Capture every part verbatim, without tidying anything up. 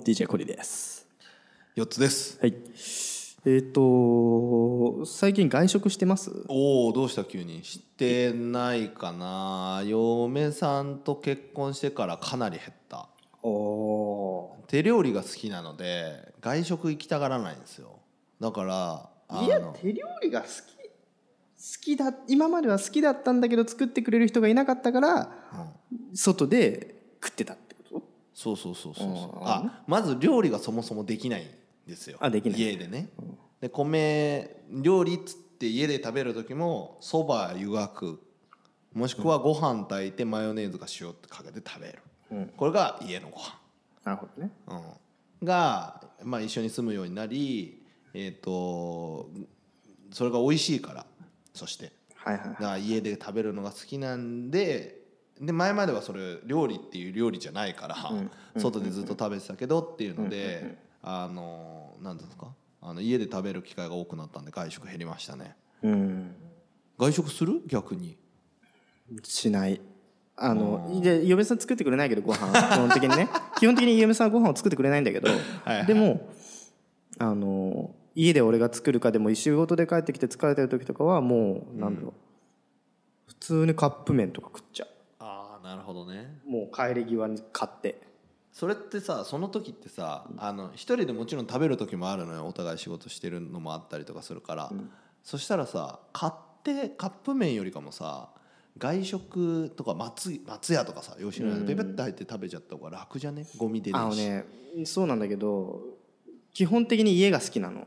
ディージェー コリです。 よっつです。 はい。えっ、ー、と最近外食してます？ おお、どうした急に。してないかな。嫁さんと結婚してからかなり減った。 おお。 手料理が好きなので外食行きたがらないんですよ。だからいや手料理が好き好きだ今までは好きだったんだけど作ってくれる人がいなかったから、うん、外で食ってたってこと？ そうそうそうそうそう。あ、まず料理がそもそもできないんですよ。 あ、できない。 家でね、うん、で米料理っつって家で食べる時もそば湯がく、もしくはご飯炊いてマヨネーズか塩ってかけて食べる、うん、これが家のご飯。 なるほどね、 うん、が、まあ、一緒に住むようになり、えーと、それが美味しいから、そして、 はいはいはい、 だから家で食べるのが好きなんで、で前まではそれ料理っていう料理じゃないから、うん、外でずっと食べてたけどっていうので、うんうんうん、あの何ですか、あの家で食べる機会が多くなったんで外食減りましたね。うん、外食する？逆にしない。あので嫁さん作ってくれないけどご飯基本的にね基本的に嫁さんはご飯を作ってくれないんだけどはい、はい、でもあの家で俺が作るかでも仕事で帰ってきて疲れてる時とかはもうなんだろう、うん、普通にカップ麺とか食っちゃう。 ああ、なるほどね。 もう帰り際に買って。 それってさ、その時ってさ、あの一人でもちろん食べる時もあるのよ。お互い仕事してるのもあったりとかするから、うん、そしたらさ、買ってカップ麺よりかもさ、外食とか 松, 松屋とかさ、吉野家でペペッて入って食べちゃった方が楽じゃね？ゴミ出るし。 あのね、そうなんだけど基本的に家が好きなの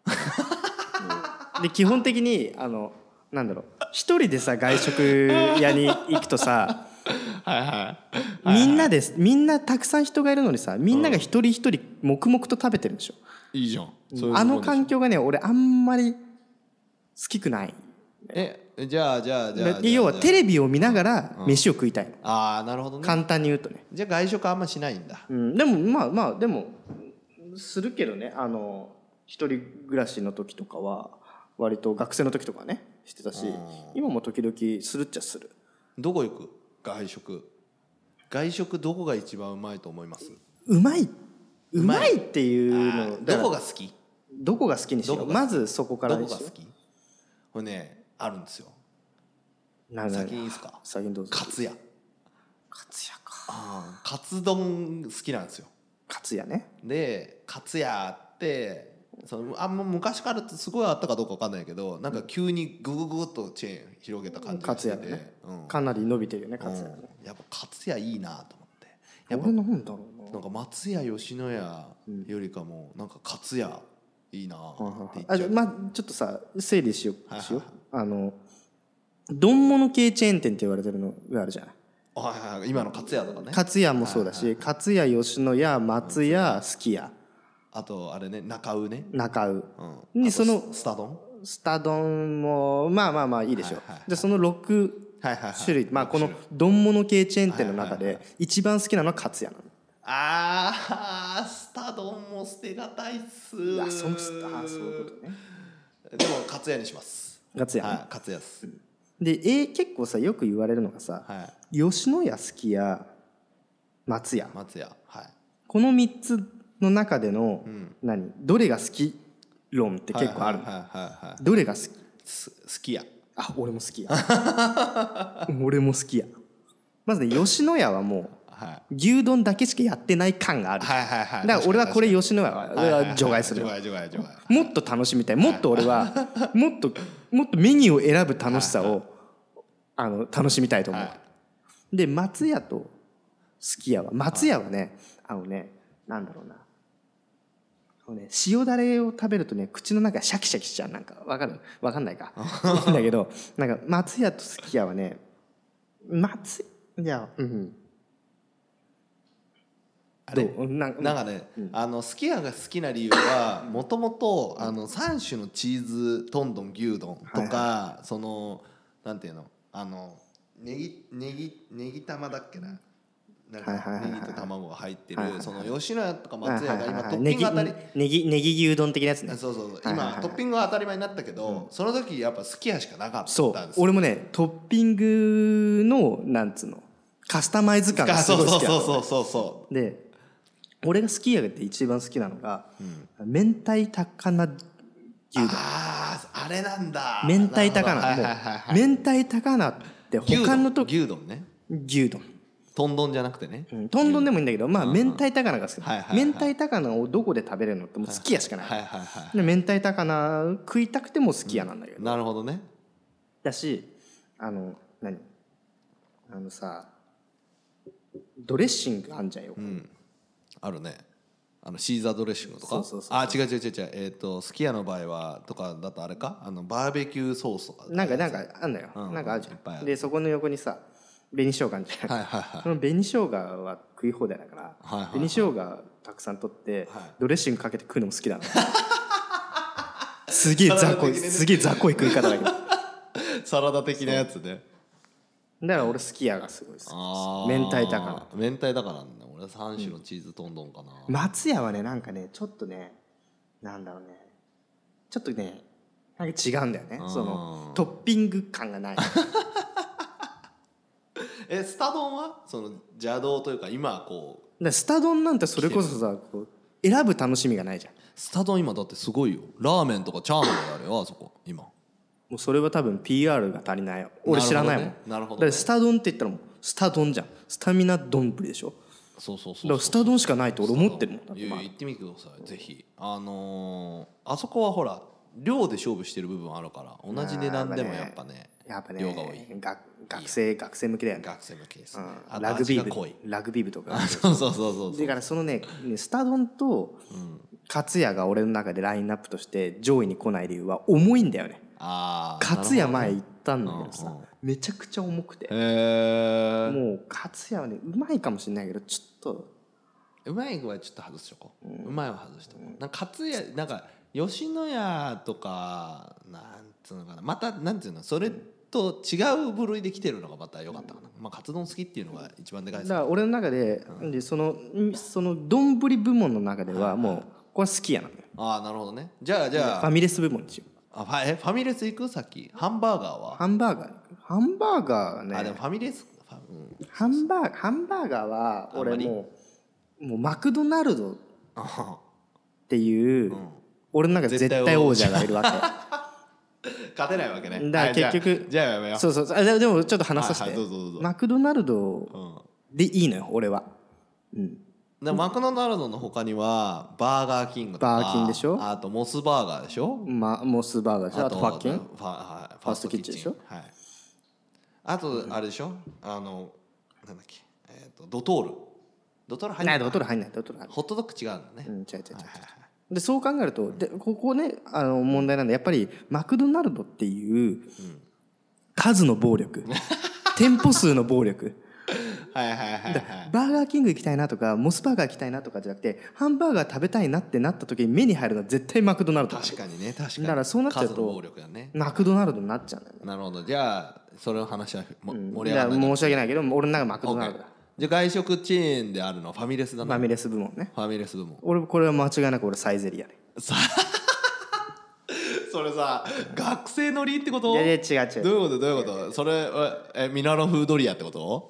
で基本的にあのなんだろう、一人でさ外食屋に行くとさはいはいはいはい、みんなでみんなたくさん人がいるのにさ、みんなが一人一人黙々と食べてるでしょ。 いいじゃん。 そういうあの環境がね、俺あんまり好きくない。 えじゃあじゃあじゃあ要はテレビを見ながら飯を食いたいの、うんうん、 ああなるほどね。 簡単に言うとね。 じゃあ外食あんましないんだ、 うん、でもまあまあでもするけどね、あの一人暮らしの時とかは割と学生の時とかはねしてたし、今も時々するっちゃする。 どこ行く？外食外食どこが一番うまいと思います？ うまいうまいっていうのどこが好き？ どこが好きにしよう。まずそこからにしよう。 どこが好き？これねあるんですよ。先にいいですか？ 先にどうぞ。 カツヤ。 カツヤか。 あ、カツ丼好きなんですよ。 カツヤね。 でカツヤってそのあんま昔からってすごいあったかどうか分かんないけど、なんか急にグググッとチェーン広げた感じがしてて、 カツヤね、うん、かなり伸びてるよねカツヤね、 うん、やっぱカツヤいいなと思って。 やっぱ俺なんだろうな、 なんか松屋吉野家よりかもなんかカツヤいいなって言っちゃう、 はいはいはい、あ、まあ、ちょっとさ整理しよう、はいはいはい、あの丼物系チェーン店って言われてるのがあるじゃない。 はいはい、今のカツヤとかね。 カツヤもそうだし、はいはいはい、カツヤ吉野家松屋すき家、 あとあれね中尾ね中尾、 うん、 にそのスタ丼スタ丼もまあまあまあいいでしょう、はいはいはい、じゃあそのろく種類、はいはいはい、まあこの丼物系チェーン店の中で一番好きなのはカツヤなの。 あースタ丼も捨てがたいっす。 いやそのあそういうことね。 でもカツヤにします。 カツヤ、ね、 はい、カツヤっす。 で、えー、結構さよく言われるのがさ、はい、吉野家すき家松屋松屋、はい、このみっつの中での、うん、何どれが好き論って結構あるの、はいはいはいはい、どれが好き？ す好きや。 あ、俺も好きや俺も好きや。まずね吉野家はもう、はい、牛丼だけしかやってない感がある、はいはいはい、だから俺はこれ吉野家は除外するよ。もっと楽しみたい。もっと俺はもっともっとメニューを選ぶ楽しさを、はいはい、あの楽しみたいと思う、はい、で松屋とすき家は松屋はね、はい、あのねなんだろうな、あのね、塩だれを食べるとね口の中シャキシャキしちゃう。なんかわかる？わかんないかいいんだけど、なんか松屋とすき家はね松屋うんあれな, なんかね、うん、あのすき家が好きな理由はもともとさん種のチーズトンドン牛丼とか、はいはい、そのなんていうのあのネギネギネギ玉だっけな、なんかネギと卵が入ってる、はいはいはい、その吉野家とか松屋が今トッピング当たりネギネギ牛丼的なやつね。 そうそうそう、今、はいはいはい、トッピングが当たり前になったけど、うん、その時やっぱすき家しかなかったんですよ。そう俺もねトッピングのなんつうのカスタマイズ感がすごい好きだった、ね、 そうそうそうそうそう。 で俺がすき家で一番好きなのが、うん、明太高菜牛丼。 あああれなんだ。 明太高菜、はいはいはい、もう明太高菜って他のと牛丼ね。 牛丼トンドンじゃなくてね、 うん、トンドンでもいいんだけど、まあ明太高菜が好き、はいはいはい、明太高菜をどこで食べれるのってもうすき家しかない、はいはいはい、で明太高菜食いたくてもすき家なんだけど、 うん、なるほどね。 だしあの何あのさドレッシングあんじゃんよ、うん、 あるね。あのシーザードレッシングとか。そうそうそうそう。あ違う違う違う違う、えっ、ー、とすき家の場合はとかだとあれか、あのバーベキューソースとかなんかなんかあんだよ、うん、なんかあるじゃん。でそこの横にさ紅生姜あんじゃん、はいはいはい、その紅生姜は食い放題だから、はいはいはい、紅生姜たくさん取って、はい、ドレッシングかけて食うのも好きだなすげえ雑魚いすげえ雑魚い食い方だけどサラダ的なやつね。 だから俺すき家がすごい好き。明太高菜。明太高菜なんだ。俺さん種のチーズトンドンかな、 うん、松屋はねなんかねちょっとねなんだろうねちょっとねなんか違うんだよね、そのトッピング感がないえスタ丼はその邪道というか今こうだスタ丼なんてそれこそさこう選ぶ楽しみがないじゃん。 スタ丼今だってすごいよ。ラーメンとかチャーハンであるよあそこ今。 もうそれは多分 ピーアール が足りないよ。俺知らないもん。 なるほどね。 だからスタ丼って言ったらもうスタ丼じゃん。スタミナ丼でしょ。 そうそうそうそう。 だからスタ丼しかないと俺思ってるもん。 いや行ってみてくださいぜひ。あのー、あそこはほら量で勝負してる部分あるから同じ値段でもやっぱねやっぱね量が多い。 が学生学生向けだよね。 学生向けですね、 うん、ラグビー部ラグビー部とかそうそうそうそうだからそのねスタ丼とカツヤが俺の中でラインナップとして上位に来ない理由は重いんだよね。 あカツヤ前行ったんだけどさ、うんうん、めちゃくちゃ重くて、へもうカツヤはねうまいかもしれないけどちょっとうまいはちょっと外しとこう、うん、うまいは外しとこう、うん、なんかカツヤなんか吉野家とかなんつうのかなまたなんていうのそれと違う部類で来てるのがまた良かったかな、まあ、カツ丼好きっていうのが一番でかいです。 だから俺の中で、うん、でそのその丼部門の中ではもうこれは好きやなのよ。 ああなるほどね。じゃあじゃあファミレス部門にしよう。 あファえファミレス行くさっきハンバーガーはハンバーガーハンバーガーね。 あでもファミレス、 うん、ハンバーハンバーガーは俺もうもうマクドナルドっていう、うん、俺の中で絶対王者がいるわけ勝てないわけね。 だから結局、はい、 じゃあやめよう。 そうそうそうでもちょっと話させて、はいはい、どうぞどうぞ。マクドナルドでいいのよ俺は、うん、 でマクドナルドの他にはバーガーキングとかバーキンでしょ、 あとモスバーガーでしょ、 ま、モスバーガーでしょ、あとファッキンファ、はい、ファーストキッチンでしょ、はい、あとあれでしょ、あのなんだっけ、えー、とドトールドトール入んないドトール入んないドトール入んないホットドッグ違うんだね、 うん、違う違う違う違う、はいはいはい、でそう考えるとでここねあの問題なんでやっぱりマクドナルドっていう数の暴力、うん、店舗数の暴力はいはいはい、はい、 バーガーキング行きたいなとかモスバーガー行きたいなとかじゃなくてハンバーガー食べたいなってなった時に目に入るのは絶対マクドナルド。 確かにね確かに。 だからそうなっちゃうと、ね、マクドナルドになっちゃうんだよね。 なるほど。じゃあそれの話はも、うん、 盛り上がらない。申し訳ないけど俺の中マクドナルドだ。 じゃあ外食チェーンであるのはファミレスだな。 ファミレス部門ね。 ファミレス部門。 俺これは間違いなく俺サイゼリヤで。 それさ学生のりってこと？ いやいや違う違う。 どういうことどういうこと？それえミラノフードリアってこと？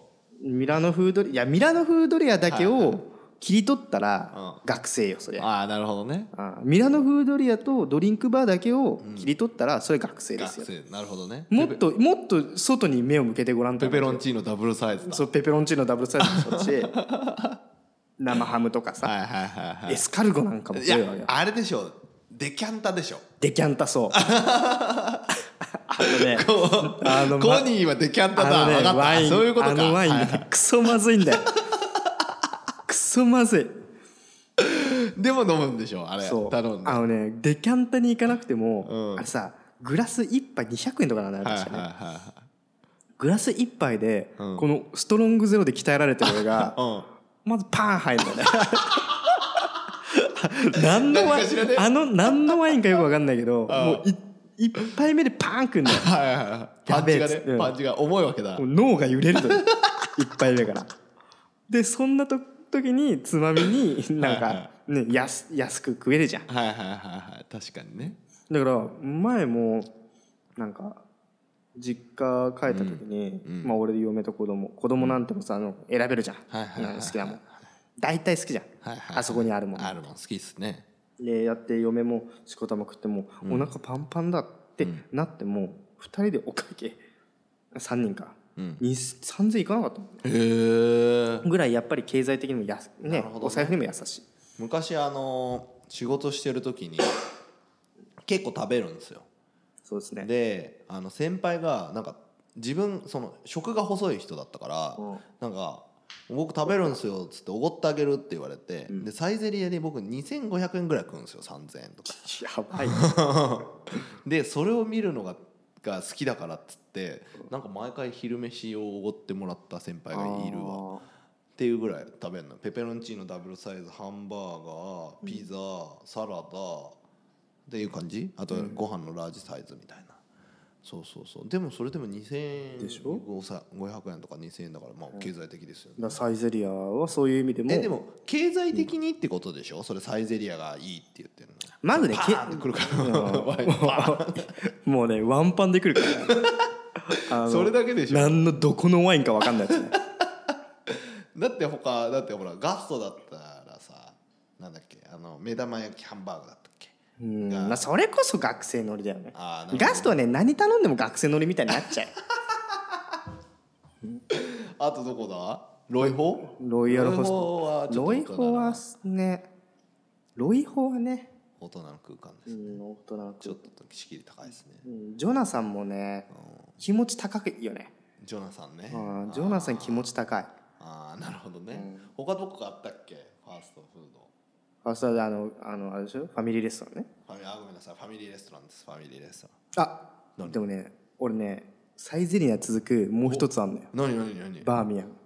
ミラノフードリアいやミラノフードリアだけを切り取ったら学生よそれ。 ああなるほどね。 あミラノフードリアとドリンクバーだけを切り取ったらそれ学生ですよ。 学生なるほどね。 もっともっと外に目を向けてごらんと。 ペペロンチーノダブルサイズだ。 そうペペロンチーノダブルサイズもそうだし生ハムとかさ、 はいはいはいはい、 エスカルゴなんかも強いわけ。あれでしょデキャンタでしょ。 デキャンタそうあのねあの、ま、コニーはデキャンタだ、ね、分かった。ワインそういうことか。 あのワイン、ね、はいはい、クソまずいんだよクソまずいでも飲むんでしょあれ。 そう頼んであのねデキャンタに行かなくても、うん、あれさグラスいっぱいにひゃくえんとかなんだよ確かね、はいはいはいはい、グラスいっぱいで、うん、このストロングゼロで鍛えられてる俺が、うん、まずパーン入るんだよね何のワインあの何のワインかよく分かんないけどもういっぱいめでパーンくんだよはいはいはいパンチがね、うん、パンチが重いわけだ。 脳が揺れるといっぱいめからでそんなと時につまみになんか、はいはいね、安, 安く食えるじゃん。 はいはいはいはい確かにね。 だから前もなんか実家帰った時に、うんうん、まあ俺嫁と子供子供なんてもさあの選べるじゃん、はいはいはいはい、好きなもん大体好きじゃん、はいはいはい、あそこにあるもんあるもん好きっすね。 でやって嫁もしこたま食っても、うん、お腹パンパンだってなっても、うん、ふたりでお会計さんにんか、うん、さんぜんえんいかなかったもんね。へえ。ぐらいやっぱり経済的にもや、ねね、お財布にも優しい。 昔あの仕事してる時に結構食べるんですよ。 そうですね。 であの先輩がなんか自分その食が細い人だったから、うん、なんか僕食べるんですよっつっておごってあげるって言われて、うん、でサイゼリヤで僕にせんごひゃくえんぐらい食うんですよ。さんぜんえんとかやばいでそれを見るのがが好きだからっつってなんか毎回昼飯をおごってもらった先輩がいるわっていうぐらい食べるの。ペペロンチーノダブルサイズ、ハンバーガー、ピザ、サラダっていう感じ。あとご飯のラージサイズみたいな、そうそうそう。でもそれでもにせんえんでしょ。ごひゃくえんとかにせんえんだからまあ経済的ですよね、 うん、だサイゼリヤはそういう意味でもえでも経済的にってことでしょ、うん、それサイゼリヤがいいって言ってるの。 まずねパーンってくるからもうねワンパンでくるからそれだけでしょ。 何のどこのワインか分かんないやつねだって他だってほらガストだったらさなんだっけあの目玉焼きハンバーグだったっけ。 うんまあ、それこそ学生乗りだよね。あガストはね何頼んでも学生乗りみたいになっちゃうあとどこだロイホロイヤルホストロイホはねロイホはね大人の空間ですね、うん、大人の空間ちょっと仕切り高いですね、 うん、ジョナサンもね、うん、気持ち高いよね。 ジョナサンね、 うん、ジョナサン気持ち高い。 ああなるほどね、うん、他どこかあったっけファーストフード。 ファーストはあのあのあれでしょファミリーレストランね。 ファミあごめんなさいファミリーレストランです。ファミリーレストラン。 あでもね俺ねサイゼリヤ続くもう一つあんのよ。 何何何バーミヤン。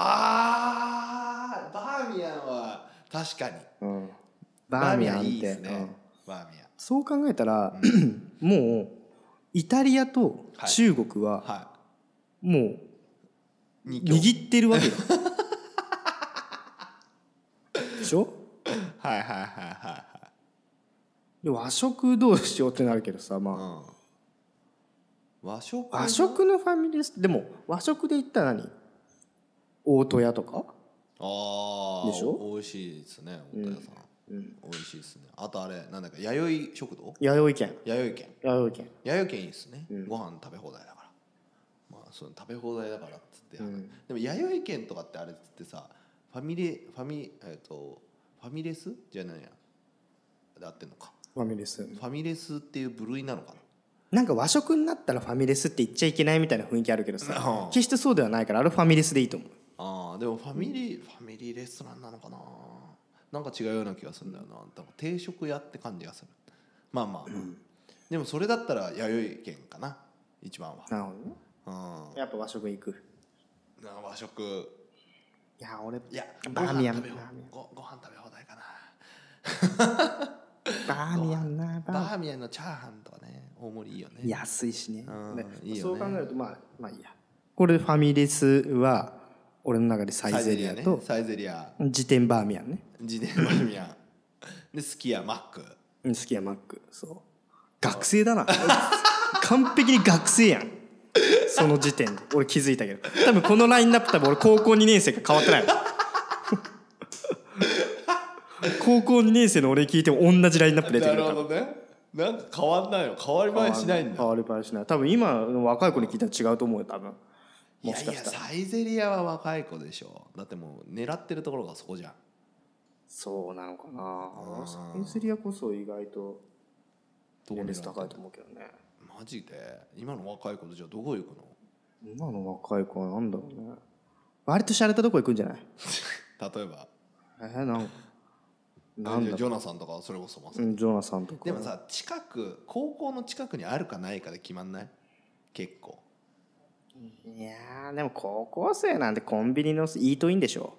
あーバーミヤンは確かに、うん、 バーミヤンっていいですね、うん、バーミヤンそう考えたら、うん、もうイタリアと中国は、はいはい、もう握ってるわけだでしょ。 はいはいはいはいで和食どうしようってなるけどさまあ、 うん、和食和食のファミレスでも和食で言ったら何大戸屋とかあでしょ。美味しいですね大戸屋さん、うん、美味しいですね。あとあれなんだっけ弥生食堂弥生軒弥生軒弥生軒弥生軒いいですね、うん、ご飯食べ放題だからまあその食べ放題だからっつって、うん、でも弥生軒とかってあれっつってさファミレファミえっ、ー、とファミレスじゃないやで合ってんのかファミレスファミレスっていう部類なのかな。 なんか和食になったらファミレスって言っちゃいけないみたいな雰囲気あるけどさ、決してそうではないからあれファミレスでいいと思う。 ああでもファミリー、うん、ファミリーレストランなのかな。なんか違うような気がするんだよな。多分定食屋って感じがする。まあまあまあ、うん、でもそれだったら弥生軒かな一番は。 なるほどね、うん、やっぱ和食行くな。和食いや俺いやバーミヤンごご飯食べ放題かなバーミヤンなバーミヤンのチャーハンとかね大盛りいいよね。 安いしね、うんねいいよね。 そう考えるとまあまあいいや。これファミレスは俺の中でサイゼリヤとサイゼリヤジテンバーミヤンね。 ジテンバーミヤンでスキヤマックスキヤマックそう学生だな完璧に学生やんその時点で俺気づいたけど多分このラインナップ多分俺高校にねん生が変わってない高校にねん生の俺聞いても同じラインナップ出てくる。 なるほどね。なんか変わんないの変わり映えしないんだ。 変わり映えしない。多分今の若い子に聞いたら違うと思うよ多分。 もしかしたらいやいやサイゼリヤは若い子でしょ。だってもう狙ってるところがそこじゃん。 そうなのかな。サイゼリヤこそ意外と年齢高いと思うけどね。 マジで今の若い子とじゃあどこ行くの。 今の若い子はなんだろうね。割と洒落たとこ行くんじゃない例えばえー、なんかなんだジョナサンとかそれこそまさに、 うん、ジョナサンとか。 でもさ近く高校の近くにあるかないかで決まんない結構。 いやでも高校生なんてコンビニのイートインでしょ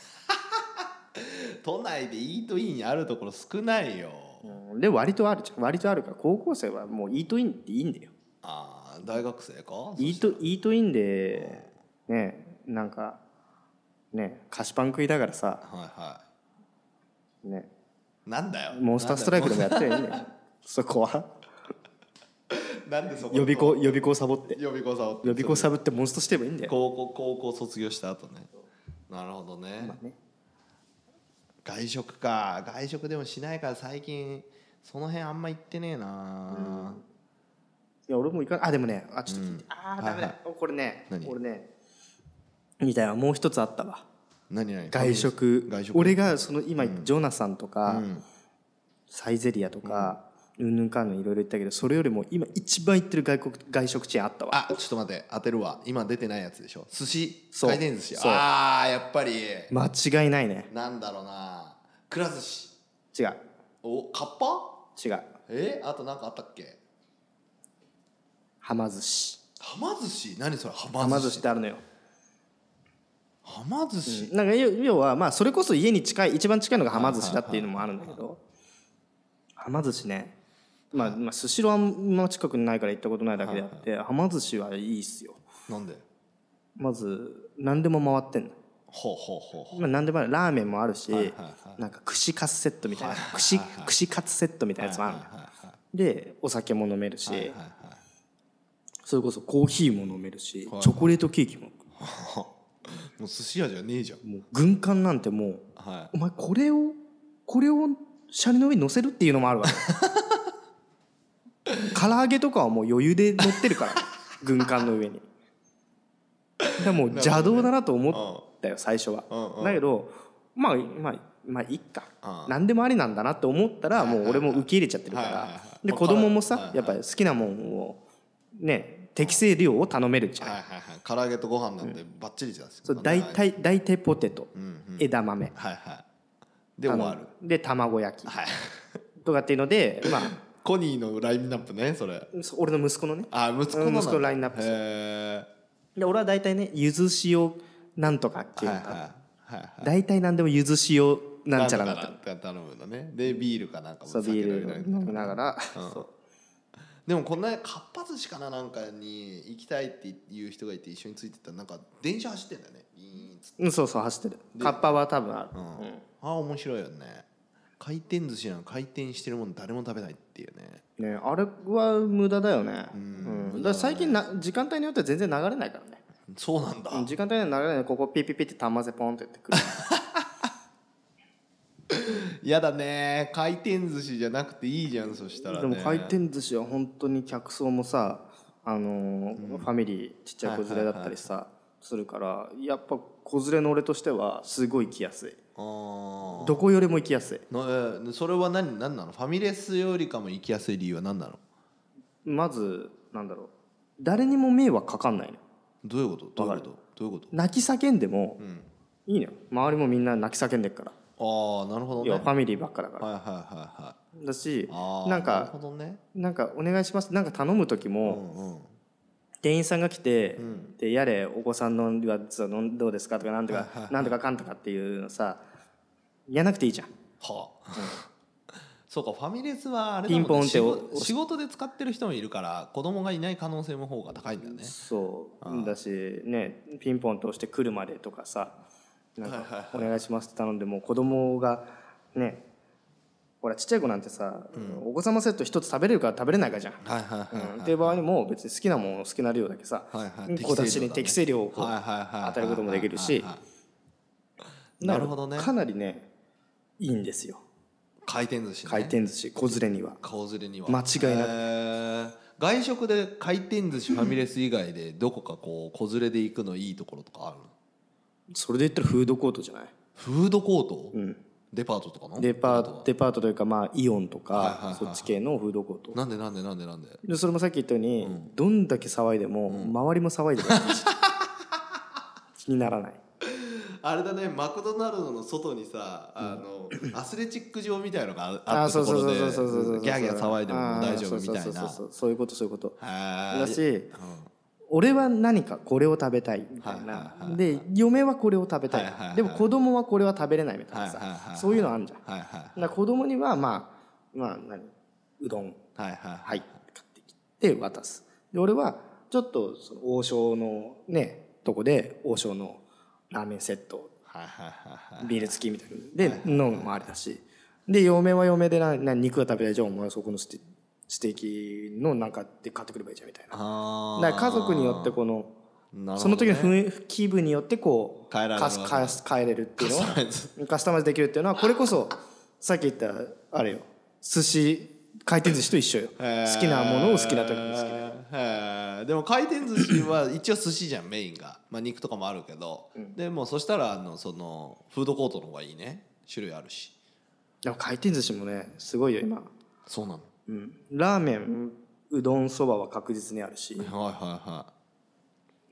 都内でイートインにあるところ少ないよ、 うん、で割とあるじゃん。割とあるから高校生はもうイートインっていいんだよ。 ああ大学生かイートイートインでねなんかね菓子パン食いながらさはいはいねなんだよモンスターストライクでもやってるよねそこはなんでそこ予備校予備校サボって予備校サボって予備校サボってモンストしてればいいんだよ。 高校高校卒業した後ね。なるほどね、まあね外食か。外食でもしないから最近その辺あんま行ってねえな、うん、 いや俺も行かない。あでもねあちょっと聞いて、うん、ああダメだ、はいはい、これね俺ねみたいなもう一つあったわ。 何何外食。外食俺がその今、うん、ジョナサンとか、うん、サイゼリアとか、うん、うんぬんかんぬんいろいろ言ったけどそれよりも今一番行ってる外国外食チェーンあったわ。 あちょっと待って当てるわ。今出てないやつでしょ。寿司回転寿司。ああやっぱり間違いないね。 なんだろうなくら寿司。 違う。 おかっぱ。 違う。 えあとなんかあったっけ。 はま寿司。 はま寿司何それ。はま寿司ってあるのよ。 はま寿司、 うん、なんか要はまあそれこそ家に近い一番近いのがはま寿司だっていうのもあるんだけど、はま寿司ね、まあ、まあスシローはあんま近くにないから行ったことないだけであって、はま寿司はいいっすよ。 なんで。 まず何でも回ってんの。 ほうほうほうほう、 まあ、何でもある。ラーメンもあるし、はいはいはい、なんか串カツセットみたいな、はいはいはい、串, 串カツセットみたいなやつもあるの、はいはいはい、でお酒も飲めるし、はいはいはい、それこそコーヒーも飲めるし、はいはい、チョコレートケーキももう寿司屋じゃねえじゃん。 もう軍艦なんてもう、はい、お前これをこれをシャリの上に乗せるっていうのもあるわけ唐揚げとかはもう余裕で乗ってるから軍艦の上に。でも邪道だなと思ったよ最初は、うんうん、だけどまあまあまあいいか、うん、何でもありなんだなって思ったらもう俺も受け入れちゃってるから、で子供もさやっぱり好きなもんをね適正量を頼めるじゃん、はいはいはい、 唐揚げとご飯なんてバッチリじゃん、うん、 そう大体大体ポテト、うんうん、枝豆、 はいはい、で終わる。 で卵焼き、はい、とかっていうのでまあコニーのラインナップねそれ。 俺の息子のね。 あ息子の息子のラインナップ。へで俺は大体ねゆず塩なんとかっていうのが、はいはいはい、大体何でもゆず塩なんちゃらなって頼むのね。でビールかなんかもそうビール飲みながら、うん、そうでもこんなかっぱ寿司かななんかに行きたいっていう人がいて一緒についてったらなんか電車走ってんだよね。 うんそうそう走ってる。かっぱは多分ある、うんうん、 あ面白いよね。回転寿司なんか回転してるもの誰も食べないっていうね。 ねあれは無駄だよね。うん、うん、だから最近な時間帯によっては全然流れないからね。 そうなんだ。 時間帯には流れない。ここピッピッピッって玉ぜポンってやってくるやだね回転寿司じゃなくていいじゃんそしたらね。 でも回転寿司は本当に客層もさあのーうん、ファミリーちっちゃい子連れだったりさ、はいはいはい、するからやっぱ子連れの俺としてはすごい行きやすい。あどこよりも行きやすい。 それは何何なの。ファミレスよりかも行きやすい理由は何なの。 まずなんだろう誰にも迷惑かかんないの。 どういうことどういうことどういうこと。 泣き叫んでも、うん、いいのよ。周りもみんな泣き叫んでるから。 ああなるほどね。 要はファミリーばっかだから。 はいはいはいはい。 だしなんかなるほど、ね、なんかお願いしますなんか頼む時も、うんうん、店員さんが来て、うん、でやれお子さんのはどうですかとかなんとか、はいはいはい、なんとかかんとかっていうのさやなくていいじゃん。はあ、 うん、そうかファミレスはあれだもんね。ピンポンって仕事で使ってる人もいるから子供がいない可能性の方が高いんだね。 そうだしねピンポンと押して来るまでとかさなんかお願いしますって頼んでも子供がねほらちっちゃい子なんてさ、うん、お子様セット一つ食べれるか食べれないかじゃん。っていう場合にも別に好きなもの好きな量だけさ子たちに適正量を与えることもできるしなるほどねかなりねいいんですよ回転寿司ね。 回転寿司子連れには子連れには間違いなく。 外食で回転寿司ファミレス以外でどこかこう子連れで行くのいいところとかあるの。 それで言ったらフードコートじゃない。 フードコート、うん、デパートとかのデパートデパートというかまあイオンとか、はいはいはい、そっち系のフードコート。 なんでなんでなんでなんで。でそれもさっき言ったように、うん、どんだけ騒いでも、うん、周りも騒いでる気にならない。 あれだねマクドナルドの外にさあの、うん、アスレチック場みたいのがあったところでギャーギャー騒いでも大丈夫みたいな。 そういうことそういうことだし、うん俺は何かこれを食べたいみたいな、はいはいはいはい、で嫁はこれを食べたい、はいはいはい、でも子供はこれは食べれないみたいなさ、はいはいはいはい、そういうのあるじゃん、はいはいはい、だから子供にはまあまあ何うどんはいはいはい、はい、買ってきて渡す。で俺はちょっとその王将のねとこで王将のラーメンセット、はいはいはいはい、ビール付きみたいなで、はいはいはい、飲むのもありだしで嫁は嫁でなな肉が食べたいじゃんお前そこのステステーキのなんかで買ってくればいいじゃんみたいな。だから家族によってこのね、その時の気分によってこう変えられる変えれるっていうのをカスタマイズできるっていうのはこれこそさっき言ったあれよ寿司回転寿司と一緒よ。好きなものを好きな時に好きな。でも回転寿司は一応寿司じゃんメインが、まあ、肉とかもあるけど、うん、でもそしたらあのそのフードコートの方がいいね。種類あるし。 でも回転寿司もねすごいよ今。 そうなの、 うん、ラーメンうどんそばは確実にあるし、はいはいはい、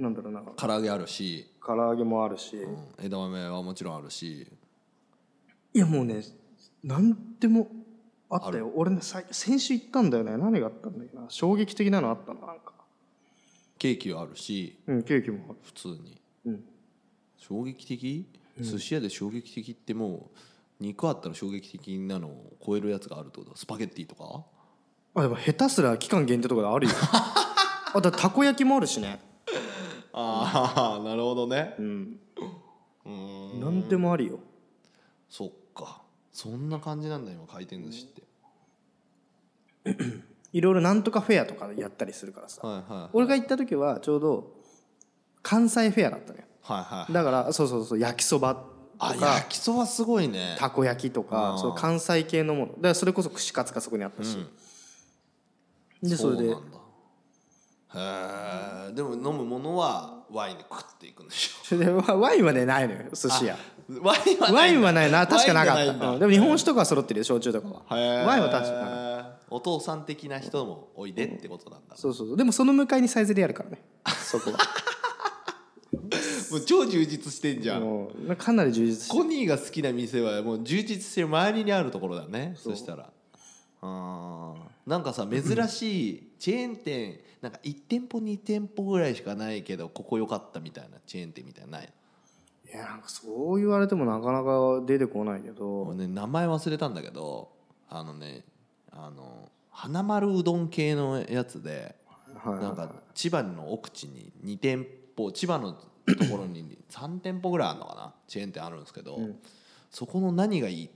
なんだろうな唐揚げあるし唐揚げもあるし、うん、枝豆はもちろんあるし、 いやもうね何でもあったよ。俺ね先週行ったんだよね。何があったんだっけな、衝撃的なのあったのなんか。 ケーキはあるし、 うん、ケーキもある普通に、 うん、 衝撃的、うん、寿司屋で衝撃的ってもう肉あったら衝撃的なのを超えるやつがあるってことだ。スパゲッティとか。 あでも下手すら期間限定とかであるよあとたこ焼きもあるしね。 ああなるほどね。 うんうん何でもあるよ。 そっかそんな感じなんだ今回転寿司っていろいろなんとかフェアとかやったりするからさ、はいはいはい、俺が行った時はちょうど関西フェアだったのよ、はいはいはい、だからそうそうそう焼きそばとかあ焼きそばすごいね。 たこ焼きとかそう関西系のものだからそれこそ串カツがそこにあったし、 うん、でそれでそうなんだ。へえ。でも飲むものはワインで食っていくんでしょ。 でワインはねないのよ寿司屋。 ワインはない。 ワインはないな確かなかった。うん、でも日本酒とかは揃ってるよ焼酎とかは。ワインは確かなお父さん的な人もおいでってことなんだ、ね、 そうそうそう。でもその向かいにサイゼリヤあるからねそこはもう超充実してんじゃん。もうかなり充実してる。 コニーが好きな店はもう充実してる周りにあるところだね。 そ, そしたらあなんかさ珍しいチェーン店なんかいち店舗に店舗ぐらいしかないけどここ良かったみたいなチェーン店みたいなない？ いやなんかそう言われてもなかなか出てこないけど、 俺ね名前忘れたんだけどあのねあの花丸うどん系のやつで、はいはいはい、なんか千葉の奥地にに店舗千葉のところにさん店舗ぐらいあるのかなチェーン店あるんですけど、うん、そこの何がいいって、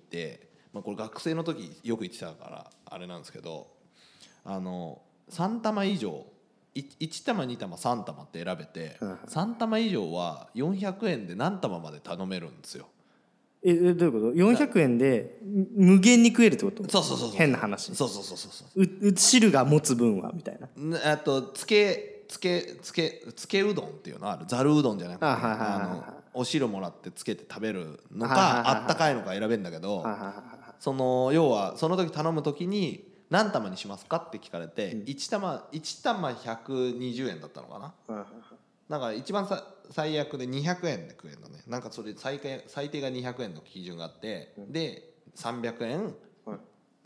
まあ、これ学生の時よく行ってたからあれなんですけどあのさん玉以上いち玉に玉さん玉って選べて、はいはい、さん玉以上はよんひゃくえんで何玉まで頼めるんですよ。 えどういうこと？よんひゃくえんで無限に食えるってこと？ そうそうそうそう変な話。 そうそうそうそうう汁が持つ分はみたいな。 あとつけつけつけつけうどんっていうのある。ざるうどんじゃなくて、あ、はいはいはいはい、あのお汁もらってつけて食べるのか、はいはいはいはい、あったかいのか選べるんだけど、はいはいはいはい、その要はその時頼む時に何玉にしますかって聞かれて、うん、いち玉いち玉ひゃくにじゅうえんだったのかな、はいはいはい、なんか一番さ最悪でにひゃくえんで食えるのね。なんかそれ 最, 最低がにひゃくえんの基準があって、うん、でさんびゃくえん、はい、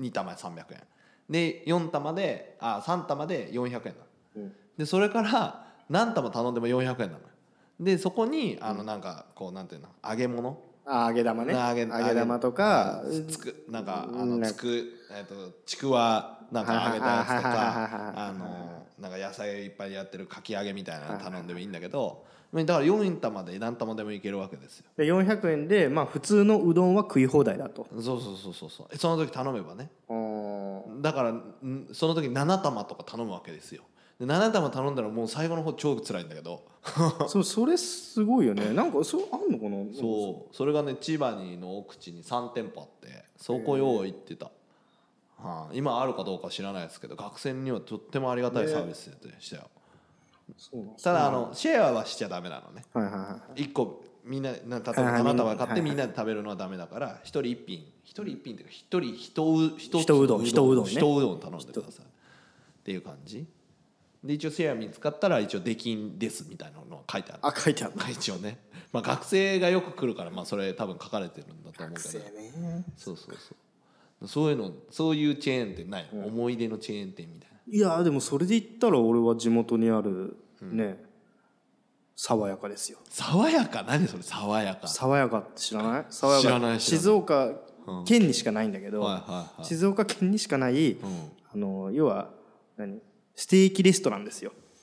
に玉さんびゃくえんでよん玉であさん玉でよんひゃくえんなの、うん、でそれから何玉頼んでもよんひゃくえんなのでそこにあのなんかこうなんていうの揚げ物あ揚げ玉ね揚げ、揚げ玉とかつくなんかあのつくえっとちくわなんか揚げたやつとかあのなんか野菜いっぱいやってるかき揚げみたいなの頼んでもいいんだけどだからよん玉で何玉でもいけるわけですよ。 でよんひゃくえんでまあ普通のうどんは食い放題だと。 そうそうそうそうそうその時頼めばね。だからその時なな玉とか頼むわけですよ。でなな玉頼んだらもう最後の方超辛いんだけどそうそれすごいよね。なんかそうあんのかな。 そうそれがね千葉にの奥地にさん店舗あってそこよう行ってた、はあ、今あるかどうか知らないですけど学生にはとってもありがたいサービスでしたよ、ね、そうただあのシェアはしちゃダメなのね、はいはいはい、いっこみんな例えば花束買ってみんなで食べるのはダメだからひとりいっ品ひとりいっ品っていうかひとりひとうどんひとうどんねひとうどん頼んでくださいっていう感じで一応シェア見つかったら一応出禁ですみたいなのが書いてある。 あ書いてある一応ね、まあ、学生がよく来るからまあそれ多分書かれてるんだと思うけど学生ねそうそうそうそういうのそういうチェーン店ない、うん、思い出のチェーン店みたいな。 いやでもそれで言ったら俺は地元にあるね、うん、爽やかですよ。 爽やか何それ爽やか爽やかって知らない？爽やか知らない静岡県にしかないんだけど、うんはいはいはい、静岡県にしかない、うん、あの要は何ステーキレストランですよ。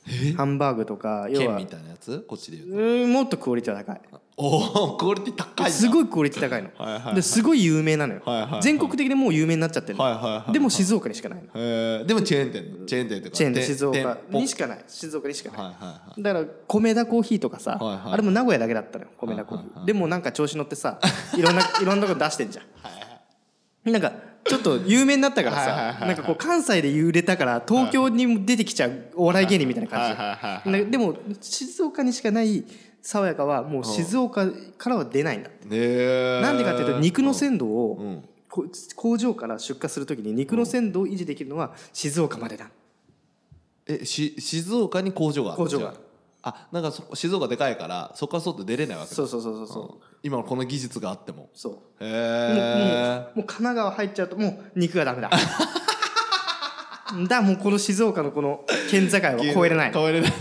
ハンバーグとか要は剣みたいなやつこっちで言うとうんもっとクオリティは高い。 おおクオリティ高いな。 すごいクオリティ高いの。はいはいはい、ですごい有名なのよ、はいはいはい、全国的でもう有名になっちゃってるの、はいはいはいはい、でも静岡にしかないの。 へでもチェーン店チェーン店とかチェーン店静岡にしかない静岡にしかない、はいはいはい、だから米田コーヒーとかさ、はいはいはい、あれも名古屋だけだったのよ米田コーヒー、はいはいはい、でもなんか調子乗ってさいろんないろんなとこ出してんじゃんはい、はい、なんかちょっと有名になったからさ、はいはいはいはい、なんかこう関西で売れたから東京にも出てきちゃうお笑い芸人みたいな感じで、はいはいはいはい、でも静岡にしかない爽やかはもう静岡からは出ないんだって、ね、なんでかっていうと肉の鮮度を、うん、工場から出荷するときに肉の鮮度を維持できるのは静岡までだ。 えし静岡に工場がある工場がある。 あなんかそ静岡でかいからそこから外出れないわけだ。 そうそうそうそうそう、 うん、今のこの技術があってもそうへえもう、もう神奈川入っちゃうともう肉がダメだだもうこの静岡のこの県境は越えれない越えれない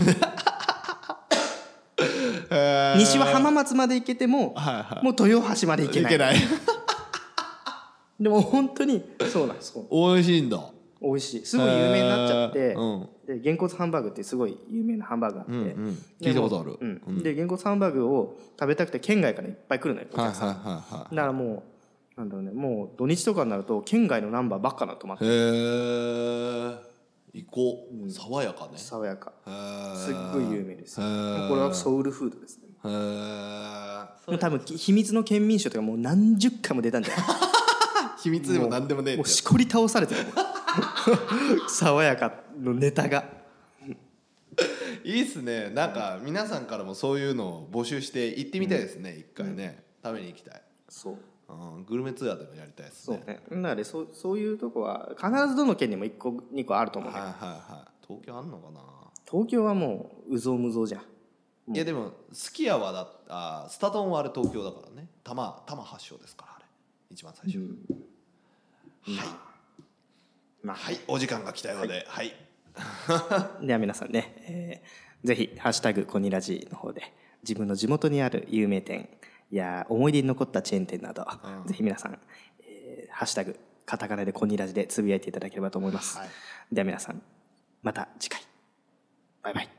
西は浜松まで行けても、はいはい、もう豊橋まで行けない。 行けないでも本当にそうなんです。 美味しいんだ。 美味しい。すごい有名になっちゃって、うん、でげんこつハンバーグってすごい有名なハンバーグがあって、うんうん、 聞いたことある。 うんうん、でげんこつハンバーグを食べたくて県外からいっぱい来るのよお客さん、はいはいはいはい、だからもうなんだろうねもう土日とかになると県外のナンバーばっかなと待って。 へー行こう、うん、爽やかね。 爽やかすっごい有名ですよ。これはソウルフードですね。へー多分秘密の県民賞とかもう何十回も出たんじゃない秘密でも何でもねえってもうしこり倒されてる爽やかのネタがいいっすね。なんか皆さんからもそういうのを募集して行ってみたいですね、うん、一回ね、うん、食べに行きたい。 そう、 うん、グルメツアーでもやりたいですね。 そうね。なのでそそういうとこは必ずどの県にもいっこにこあると思うけど、はいはいはい、東京あんのかな。 東京はもううぞうむぞうじゃん。 いやでもすき家はだあスタ丼はあれ東京だからね。多摩多摩発祥ですからあれ一番最初、うん、はい、まあ、はい、お時間が来たようで、はい、 はい、では皆さんね、えー、ぜひハッシュタグコニラジの方で自分の地元にある有名店や思い出に残ったチェーン店など、うん、ぜひ皆さん、えー、ハッシュタグカタカナでコニラジでつぶやいていただければと思います、はい、では皆さんまた次回バイバイ。